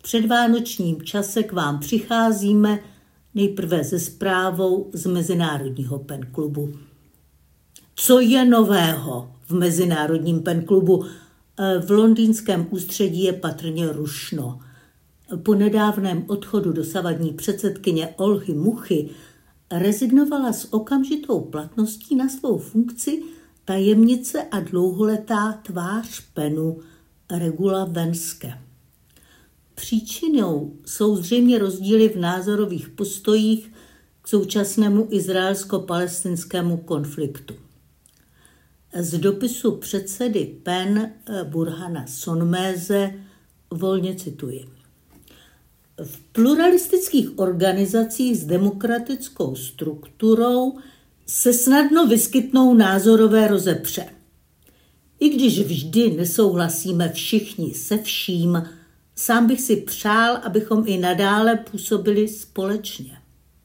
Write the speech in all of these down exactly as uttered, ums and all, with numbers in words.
V předvánočním čase k vám přicházíme nejprve se zprávou z Mezinárodního pen klubu. Co je nového v Mezinárodním pen klubu? V londýnském ústředí je patrně rušno. Po nedávném odchodu dosavadní předsedkyně Olhy Muchy rezignovala s okamžitou platností na svou funkci tajemnice a dlouholetá tvář penu Regula Venske. Příčinou jsou zřejmě rozdíly v názorových postojích k současnému izraelsko-palestinskému konfliktu. Z dopisu předsedy PEN Burhana Sonméze volně cituji. V pluralistických organizacích s demokratickou strukturou se snadno vyskytnou názorové rozepře. I když vždy nesouhlasíme všichni se vším, sám bych si přál, abychom i nadále působili společně.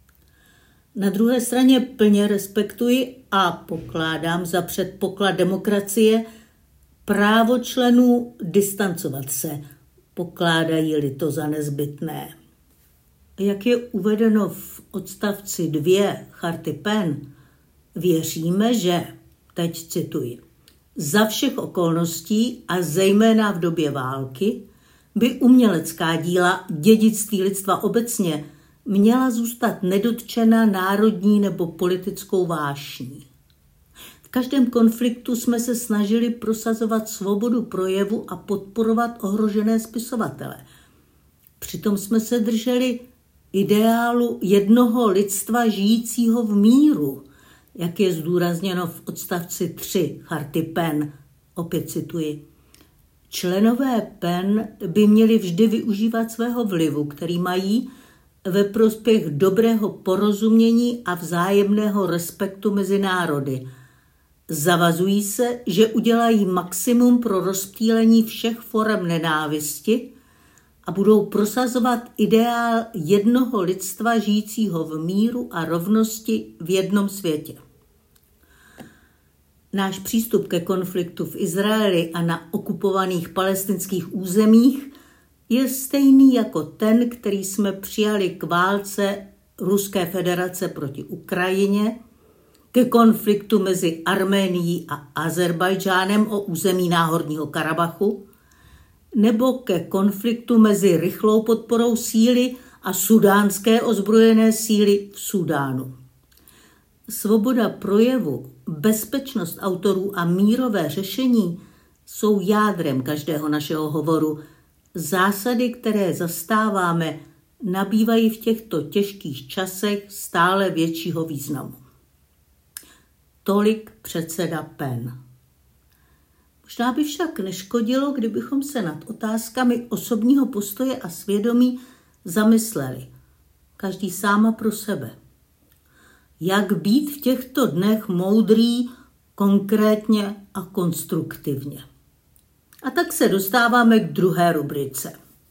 Na druhé straně plně respektuji a pokládám za předpoklad demokracie právo členů distancovat se, pokládají-li to za nezbytné. Jak je uvedeno v odstavci dvě Charty PEN, věříme, že, teď cituji, za všech okolností a zejména v době války by umělecká díla dědictví lidstva obecně měla zůstat nedotčena národní nebo politickou vášní. V každém konfliktu jsme se snažili prosazovat svobodu projevu a podporovat ohrožené spisovatele. Přitom jsme se drželi ideálu jednoho lidstva žijícího v míru, jak je zdůrazněno v odstavci tři Charty PEN, opět cituji. Členové PEN by měli vždy využívat svého vlivu, který mají ve prospěch dobrého porozumění a vzájemného respektu mezi národy. Zavazují se, že udělají maximum pro rozptýlení všech forem nenávisti a budou prosazovat ideál jednoho lidstva žijícího v míru a rovnosti v jednom světě. Náš přístup ke konfliktu v Izraeli a na okupovaných palestinských územích je stejný jako ten, který jsme přijali k válce Ruské federace proti Ukrajině, ke konfliktu mezi Arménií a Azerbajdžánem o území Náhorního Karabachu, nebo ke konfliktu mezi rychlou podporou síly a sudánské ozbrojené síly v Súdánu. Svoboda projevu, bezpečnost autorů a mírové řešení jsou jádrem každého našeho hovoru. Zásady, které zastáváme, nabývají v těchto těžkých časech stále většího významu. Tolik předseda PEN. Možná by však neškodilo, kdybychom se nad otázkami osobního postoje a svědomí zamysleli. Každý sám pro sebe. Jak být v těchto dnech moudrý, konkrétně a konstruktivně. A tak se dostáváme k druhé rubrice.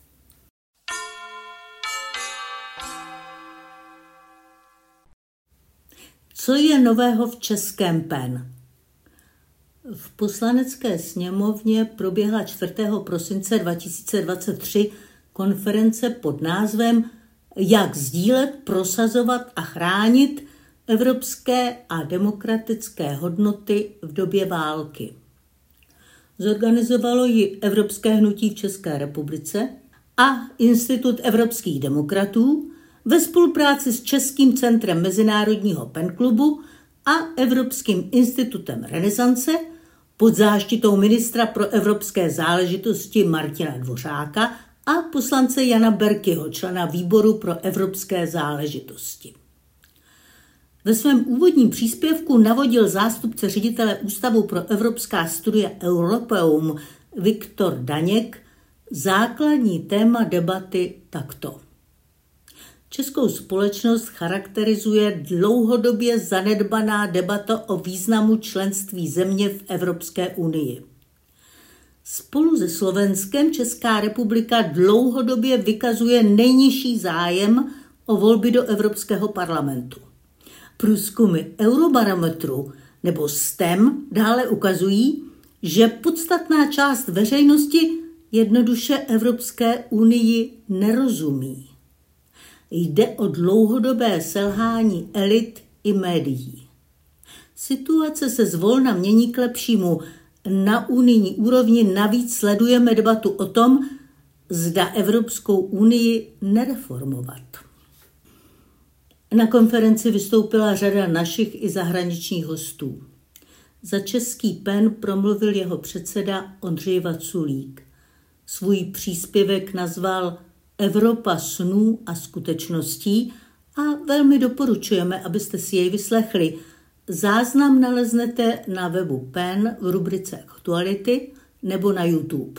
Co je nového v českém PEN? V Poslanecké sněmovně proběhla čtvrtého prosince dva tisíce dvacet tři konference pod názvem Jak sdílet, prosazovat a chránit evropské a demokratické hodnoty v době války. Zorganizovalo ji Evropské hnutí v České republice a Institut evropských demokratů ve spolupráci s Českým centrem Mezinárodního pen klubu a Evropským institutem Renesance pod záštitou ministra pro evropské záležitosti Martina Dvořáka a poslance Jana Berkiho, člena výboru pro evropské záležitosti. Ve svém úvodním příspěvku navodil zástupce ředitele Ústavu pro evropská studia Europeum Viktor Daněk základní téma debaty takto. Českou společnost charakterizuje dlouhodobě zanedbaná debata o významu členství země v Evropské unii. Spolu se Slovenskem Česká republika dlouhodobě vykazuje nejnižší zájem o volby do Evropského parlamentu. Průzkumy Eurobarometru nebo S T E M dále ukazují, že podstatná část veřejnosti jednoduše Evropské unii nerozumí. Jde o dlouhodobé selhání elit i médií. Situace se zvolna mění k lepšímu. Na unijní úrovni navíc sledujeme debatu o tom, zda Evropskou unii nereformovat. Na konferenci vystoupila řada našich i zahraničních hostů. Za český PEN promluvil jeho předseda Ondřej Vaculík. Svůj příspěvek nazval Evropa snů a skutečností a velmi doporučujeme, abyste si jej vyslechli. Záznam naleznete na webu PEN v rubrice Aktuality nebo na YouTube.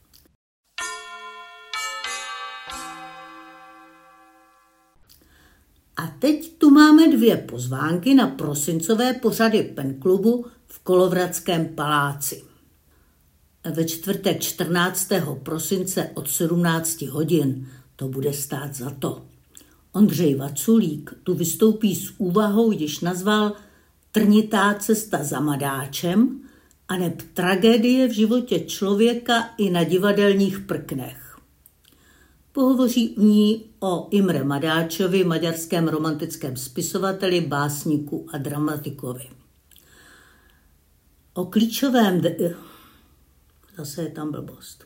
A teď tu máme dvě pozvánky na prosincové pořady PEN klubu v Kolovratském paláci. Ve čtvrtek čtrnáctého prosince od sedmnáct hodin to bude stát za to. Ondřej Vaculík tu vystoupí s úvahou, již nazval Trnitá cesta za madáčem aneb tragédie v životě člověka i na divadelních prknech. Pohovoří v ní o Imre Madáčovi, maďarském romantickém spisovateli, básníku a dramatikovi. O klíčovém... De- Zase je tam blbost.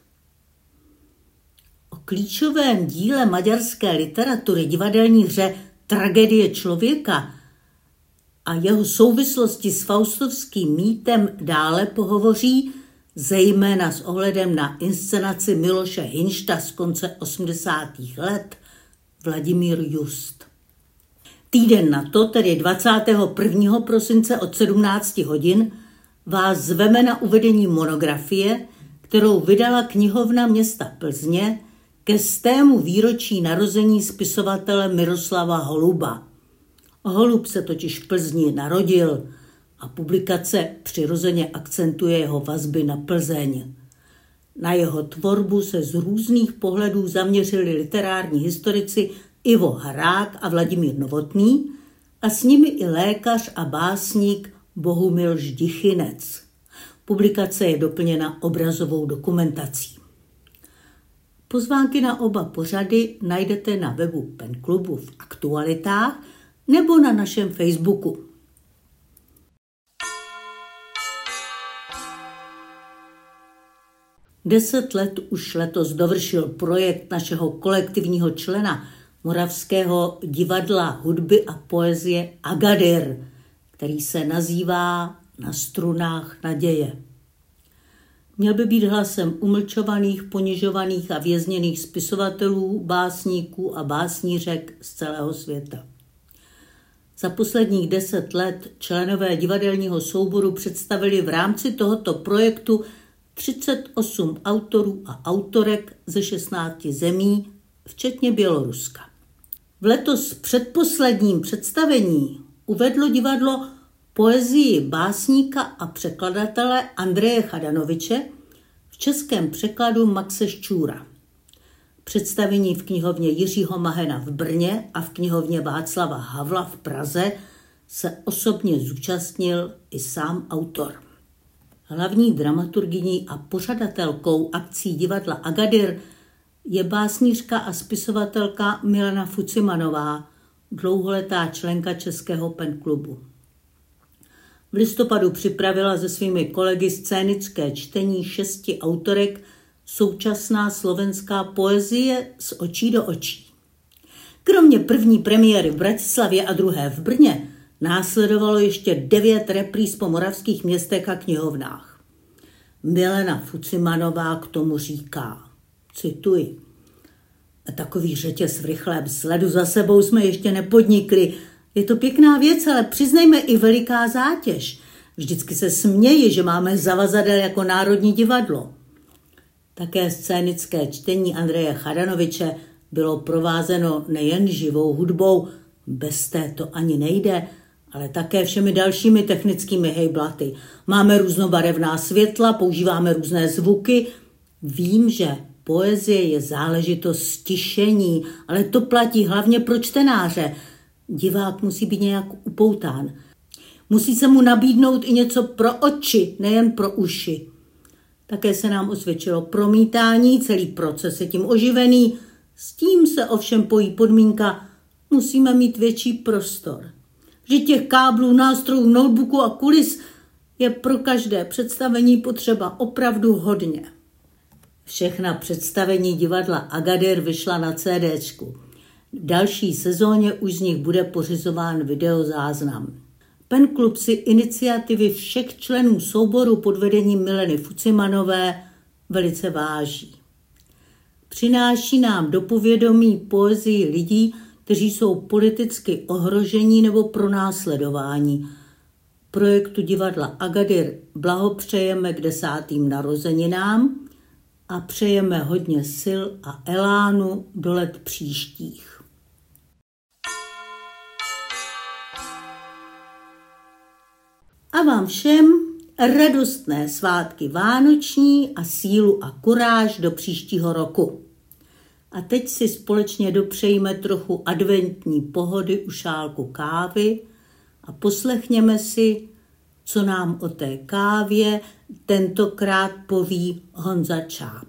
O klíčovém díle maďarské literatury, divadelní hře Tragédie člověka a jeho souvislosti s faustovským mýtem dále pohovoří, zejména s ohledem na inscenaci Miloše Hinšta z konce osmdesátých let, Vladimír Just. Týden na to, tedy dvacátého prvního prosince od sedmnáct hodin, vás zveme na uvedení monografie, kterou vydala knihovna města Plzně ke stému výročí narození spisovatele Miroslava Holuba. Holub se totiž v Plzni narodil a publikace přirozeně akcentuje jeho vazby na Plzeň. Na jeho tvorbu se z různých pohledů zaměřili literární historici Ivo Harák a Vladimír Novotný a s nimi i lékař a básník Bohumil Ždichinec. Publikace je doplněna obrazovou dokumentací. Pozvánky na oba pořady najdete na webu PEN klubu v Aktualitách nebo na našem Facebooku. Deset let už letos dovršil projekt našeho kolektivního člena Moravského divadla hudby a poezie Agadir, který se nazývá Na strunách naděje. Měl by být hlasem umlčovaných, ponižovaných a vězněných spisovatelů, básníků a básnířek z celého světa. Za posledních deset let členové divadelního souboru představili v rámci tohoto projektu třicet osm autorů a autorek ze šestnácti zemí, včetně Běloruska. V letos předposledním představení uvedlo divadlo poezii básníka a překladatele Andreje Chadanoviče v českém překladu Maxe Ščůra. Představení v knihovně Jiřího Mahena v Brně a v knihovně Václava Havla v Praze se osobně zúčastnil i sám autor. Hlavní dramaturgyní a pořadatelkou akcí divadla Agadir je básnířka a spisovatelka Milena Fucimanová, dlouholetá členka českého PEN klubu. V listopadu připravila se svými kolegy scénické čtení šesti autorek Současná slovenská poezie z očí do očí. Kromě první premiéry v Bratislavě a druhé v Brně následovalo ještě devět repríz po moravských městech a knihovnách. Milena Fucimanová k tomu říká, cituji, takový řetěz v rychlém sledu za sebou jsme ještě nepodnikli. Je to pěkná věc, ale přiznejme i veliká zátěž. Vždycky se směji, že máme zavazadel jako Národní divadlo. Také scénické čtení Andreje Chadanoviče bylo provázeno nejen živou hudbou, bez té to ani nejde, ale také všemi dalšími technickými hejblaty. Máme různobarevná světla, používáme různé zvuky. Vím, že poezie je záležitost stišení, ale to platí hlavně pro čtenáře. Divák musí být nějak upoután. Musí se mu nabídnout i něco pro oči, nejen pro uši. Také se nám osvědčilo promítání, celý proces je tím oživený. S tím se ovšem pojí podmínka, musíme mít větší prostor. Že těch káblů, nástrojů, notebooku a kulis je pro každé představení potřeba opravdu hodně. Všechna představení divadla Agadir vyšla na CDčku. V další sezóně už z nich bude pořizován videozáznam. Pen Klub si iniciativy všech členů souboru pod vedením Mileny Fucimanové velice váží. Přináší nám do povědomí poezii lidí, kteří jsou politicky ohrožení nebo pronásledováni. Projektu divadla Agadir blahopřejeme k desátým narozeninám a přejeme hodně sil a elánu do let příštích. A vám všem radostné svátky vánoční a sílu a kuráž do příštího roku. A teď si společně dopřejme trochu adventní pohody u šálku kávy a poslechněme si, co nám o té kávě tentokrát poví Honza Čáp.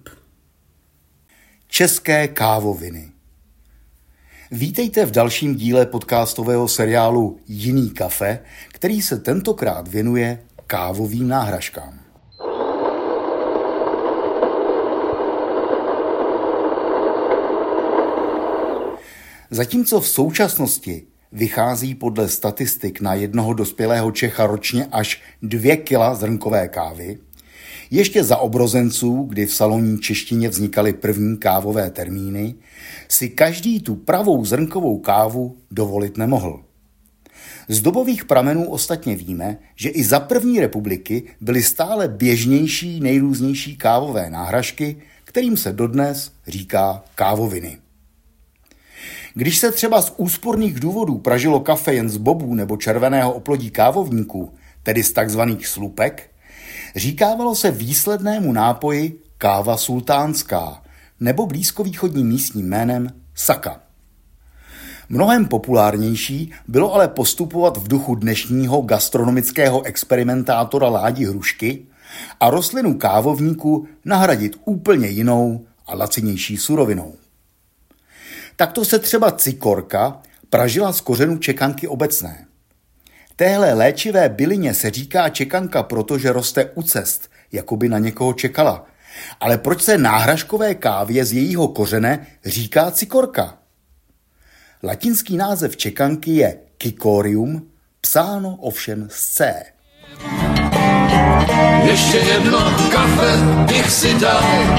České kávoviny. Vítejte v dalším díle podcastového seriálu Jiný kafe, který se tentokrát věnuje kávovým náhražkám. Zatímco v současnosti vychází podle statistik na jednoho dospělého Čecha ročně až dvě kila zrnkové kávy, ještě za obrozenců, kdy v salonní češtině vznikaly první kávové termíny, si každý tu pravou zrnkovou kávu dovolit nemohl. Z dobových pramenů ostatně víme, že i za první republiky byly stále běžnější nejrůznější kávové náhražky, kterým se dodnes říká kávoviny. Když se třeba z úsporných důvodů pražilo kafe jen z bobů nebo červeného oplodí kávovníků, tedy z takzvaných slupek, říkávalo se výslednému nápoji káva sultánská nebo blízkovýchodním místním jménem saka. Mnohem populárnější bylo ale postupovat v duchu dnešního gastronomického experimentátora Ládi Hrušky a rostlinu kávovníku nahradit úplně jinou a lacinější surovinou. Takto se třeba cikorka pražila z kořenů čekanky obecné. Téhle léčivé bylině se říká čekanka, protože roste u cest, jako by na někoho čekala. Ale proč se náhražkové kávě z jejího kořene říká cikorka? Latinský název čekanky je Cicorium, psáno ovšem s C. Ještě jedno kafe bych si dal.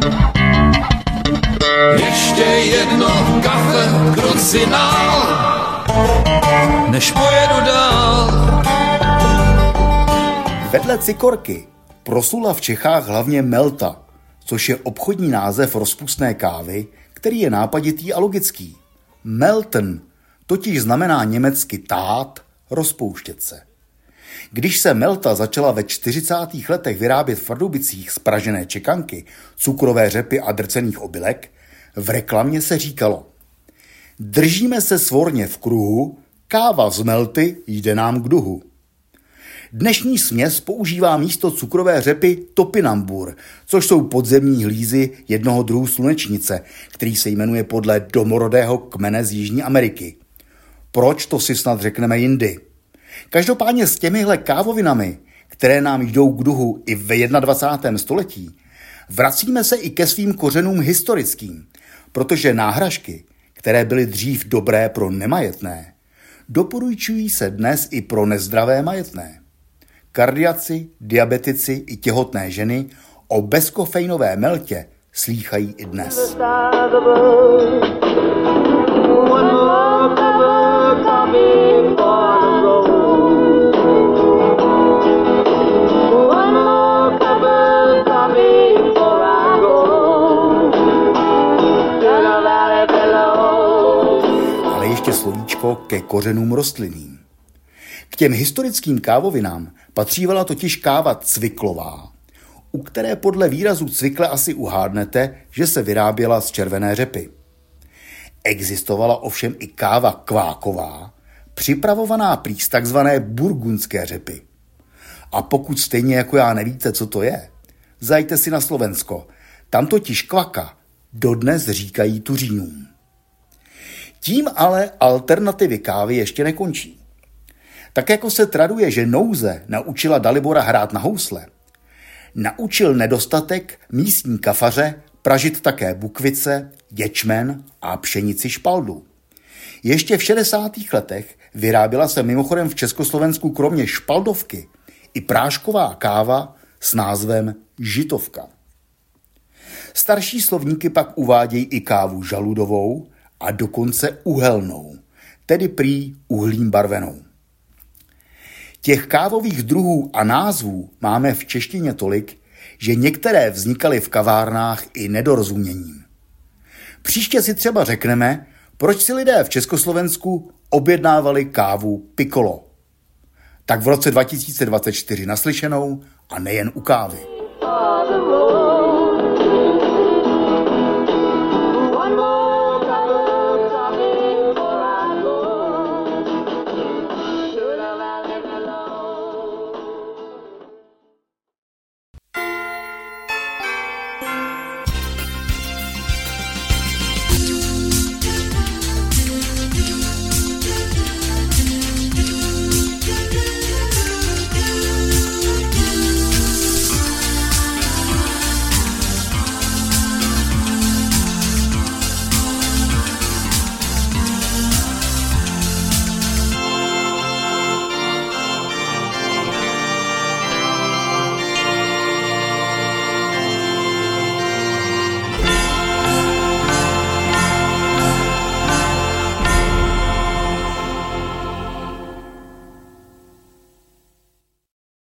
Ještě jedno kafe krucinál, než pojedu dál. Vedle cikorky proslula v Čechách hlavně melta, což je obchodní název rozpustné kávy, který je nápaditý a logický. Melten totiž znamená německy tát, rozpouštět se. Když se melta začala ve čtyřicátých letech vyrábět v Pardubicích z pražené čekanky, cukrové řepy a drcených obilek, v reklamě se říkalo: držíme se svorně v kruhu, káva z melty jde nám k duhu. Dnešní směs používá místo cukrové řepy topinambur, což jsou podzemní hlízy jednoho druhu slunečnice, který se jmenuje podle domorodého kmene z Jižní Ameriky. Proč, to si snad řekneme jindy. Každopádně s těmihle kávovinami, které nám jdou k duhu i ve dvacátém prvním století, vracíme se i ke svým kořenům historickým, protože náhražky, které byly dřív dobré pro nemajetné, doporučují se dnes i pro nezdravé majetné. Kardiaci, diabetici i těhotné ženy o bezkofeinové meltě slýchají i dnes. Ale ještě slovíčko ke kořenům rostlinným. K těm historickým kávovinám patřívala totiž káva cviklová, u které podle výrazu cvikle asi uhádnete, že se vyráběla z červené řepy. Existovala ovšem i káva kváková, připravovaná prý z takzvané burgundské řepy. A pokud stejně jako já nevíte, co to je, zajďte si na Slovensko. Tam totiž kvaka dodnes říkají Tuřínům. Tím ale alternativy kávy ještě nekončí. Tak jako se traduje, že nouze naučila Dalibora hrát na housle, naučil nedostatek místní kafaře pražit také bukvice, ječmen a pšenici špaldu. Ještě v šedesátých letech vyráběla se mimochodem v Československu kromě špaldovky i prášková káva s názvem žitovka. Starší slovníky pak uvádějí i kávu žaludovou a dokonce uhelnou, tedy prý uhlím barvenou. Těch kávových druhů a názvů máme v češtině tolik, že některé vznikaly v kavárnách i nedorozuměním. Příště si třeba řekneme, proč si lidé v Československu objednávali kávu Piccolo. Tak v roce dva tisíce dvacet čtyři naslyšenou a nejen u kávy.